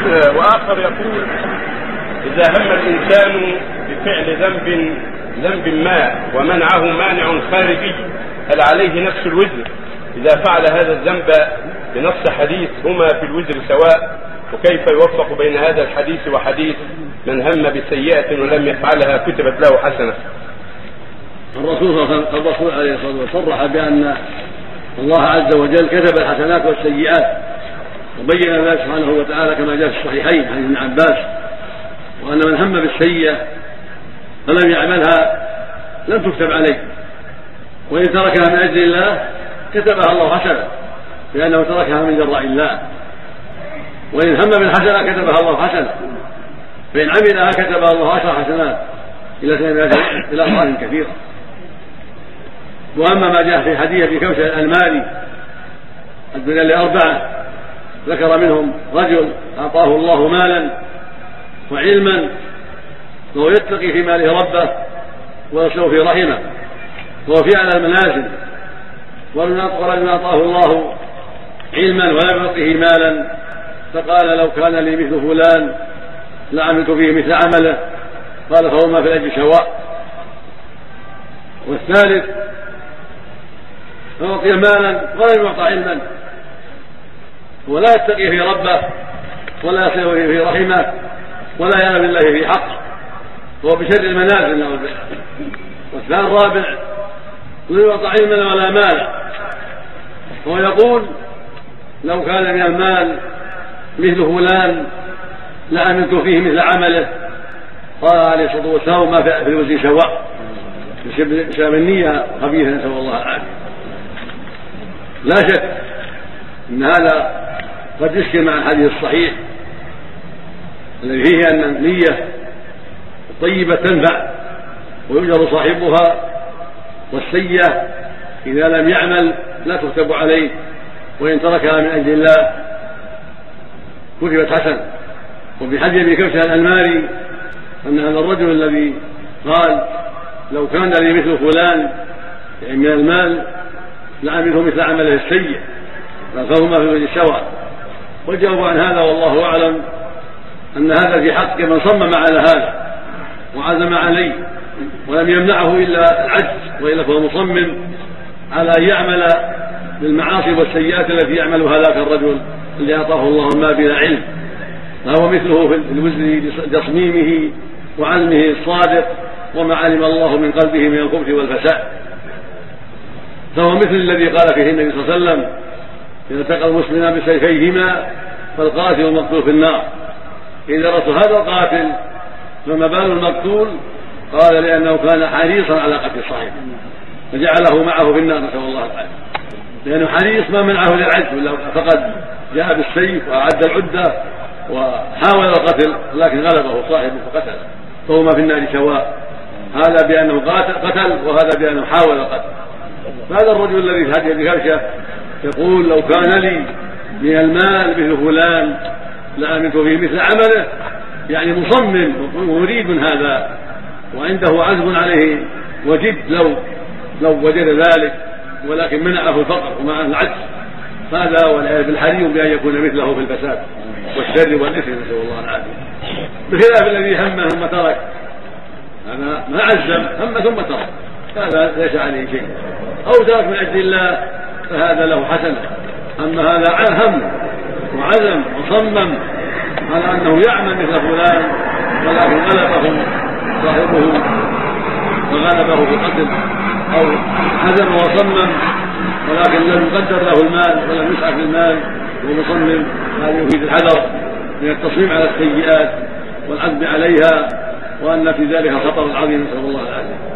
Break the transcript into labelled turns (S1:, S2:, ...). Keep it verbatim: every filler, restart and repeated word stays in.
S1: وآخر يقول: إذا هم الإنسان بفعل ذنب ذنب ما ومنعه مانع خارجي هل عليه نفس الوزر إذا فعل هذا الذنب بنص حديث هما في الوزر سواء؟ وكيف يوفق بين هذا الحديث وحديث من هم بسيئة ولم يفعلها كتبت له حسنة؟
S2: الرسول الرسول عليه الصلاة والسلام صرح بأن الله عز وجل كتب الحسنات والسيئات، وبين ذلك سبحانه وتعالى كما جاء في الصحيحين عن ابن عباس، وأن من هم بالسيئة فلم يعملها لم تكتب عليه، وإن تركها من أجل الله كتبها الله حسنة لأنه تركها من جراء الله، وإن هم بالحسنة كتبها الله حسنة، فإن عملها كتبها الله عشر حسنات إلى إلى أضعاف كثيرة. وأما ما جاء في حديث في كوثر الأنماري الدنيا لأربعة ذكر منهم رجل أعطاه الله مالا وعلما وهو يتقي في ماله ربه ويصل في رحمه وهو في أعلى المنازل، ورجل أعطاه الله علما ولم يعطه مالا فقال: لو كان لي مثل فلان لعملت فيه مثل عمله، قال: فهما في الأجر سواء. والثالث أعطي مالا ولم يعطى علما ولا يتقي في ربه ولا يصل في رحمه ولا يعلم بالله في حقه، وهو بشر المنازل نعوذ بالله. والثاني الرابع لا يعطى علما ولا مالا، وهو يقول: لو كان من المال مثل فلان لعملت فيه مثل عمله، قال عليه الصلاة والسلام: ما في الوزن سواء، بسبب النية خبيثة، نسأل الله العافية. لا شك أن هذا قد يشكل مع الحديث الصحيح الذي فيه أن النية الطيبة تنفع ويؤجر صاحبها، والسيئة إذا لم يعمل لا تكتب عليه، وإن تركها من أجل الله كتبت حسن. وفي حديث ابي كبشه الأنماري أن هذا الرجل الذي قال: لو كان لي مثل فلان يعني من المال لعمله مثل عمله السيء، فهما في وجه السواء. والجواب عن هذا والله أعلم أن هذا في حق من صمم على هذا وعزم عليه ولم يمنعه إلا العجز، وإلا فهو مصمم على أن يعمل بالمعاصي والسيئات التي يعملها ذاك الرجل الذي أعطاه الله ما بلا علم، فهو مثله في الوزن لتصميمه وعزمه الصادق وما علم الله من قلبه من الخبث والفساد. فهو مثل الذي قال فيه النبي صلى الله عليه وسلم: إذا التقى المسلمان بسيفيهما فالقاتل والمقتول في النار. إذا رأى هذا القاتل فما بال المقتول؟ قال: لأنه كان حريصا على قتل صاحبه فجعله معه في النار، نسأل الله العافية. لأنه حريص ما منعه للعجز، فقد جاء بالسيف وأعد العدة وحاول القتل لكن غلبه صاحبه فقتله، فهما في النار سواء، هذا بأنه قتل وهذا بأنه حاول القتل. فهذا الرجل الذي في هذه الكرشة يقول: لو كان لي من المال مثل فلان لعملت فيه مثل عمله، يعني مصمم ومريد هذا وعنده عزم عليه وجد لو لو وجد ذلك، ولكن منعه الفقر ومعه العجز، هذا والعياذ بالحري بأن يكون مثله في الفساد والشر والإثم، نسأل الله العافية. بخلاف الذي هم ثم ترك، هذا ما عزم هم ثم ترك، هذا ليس عليه شيء، أو ترك من أجل الله فهذا له حسنة. أما هذا هم وعزم وصمم على أنه يعمل مثل فلان ولكن غلبه صاحبه وغلبه في القتل، أو عزم وصمم ولكن لم يقدر له المال ولم يسعى في المال ومصمم، هذا يفيد الحذر من التصميم على السيئات والعزم عليها، وأن في ذلك خطر عظيم، نسأل الله العافية.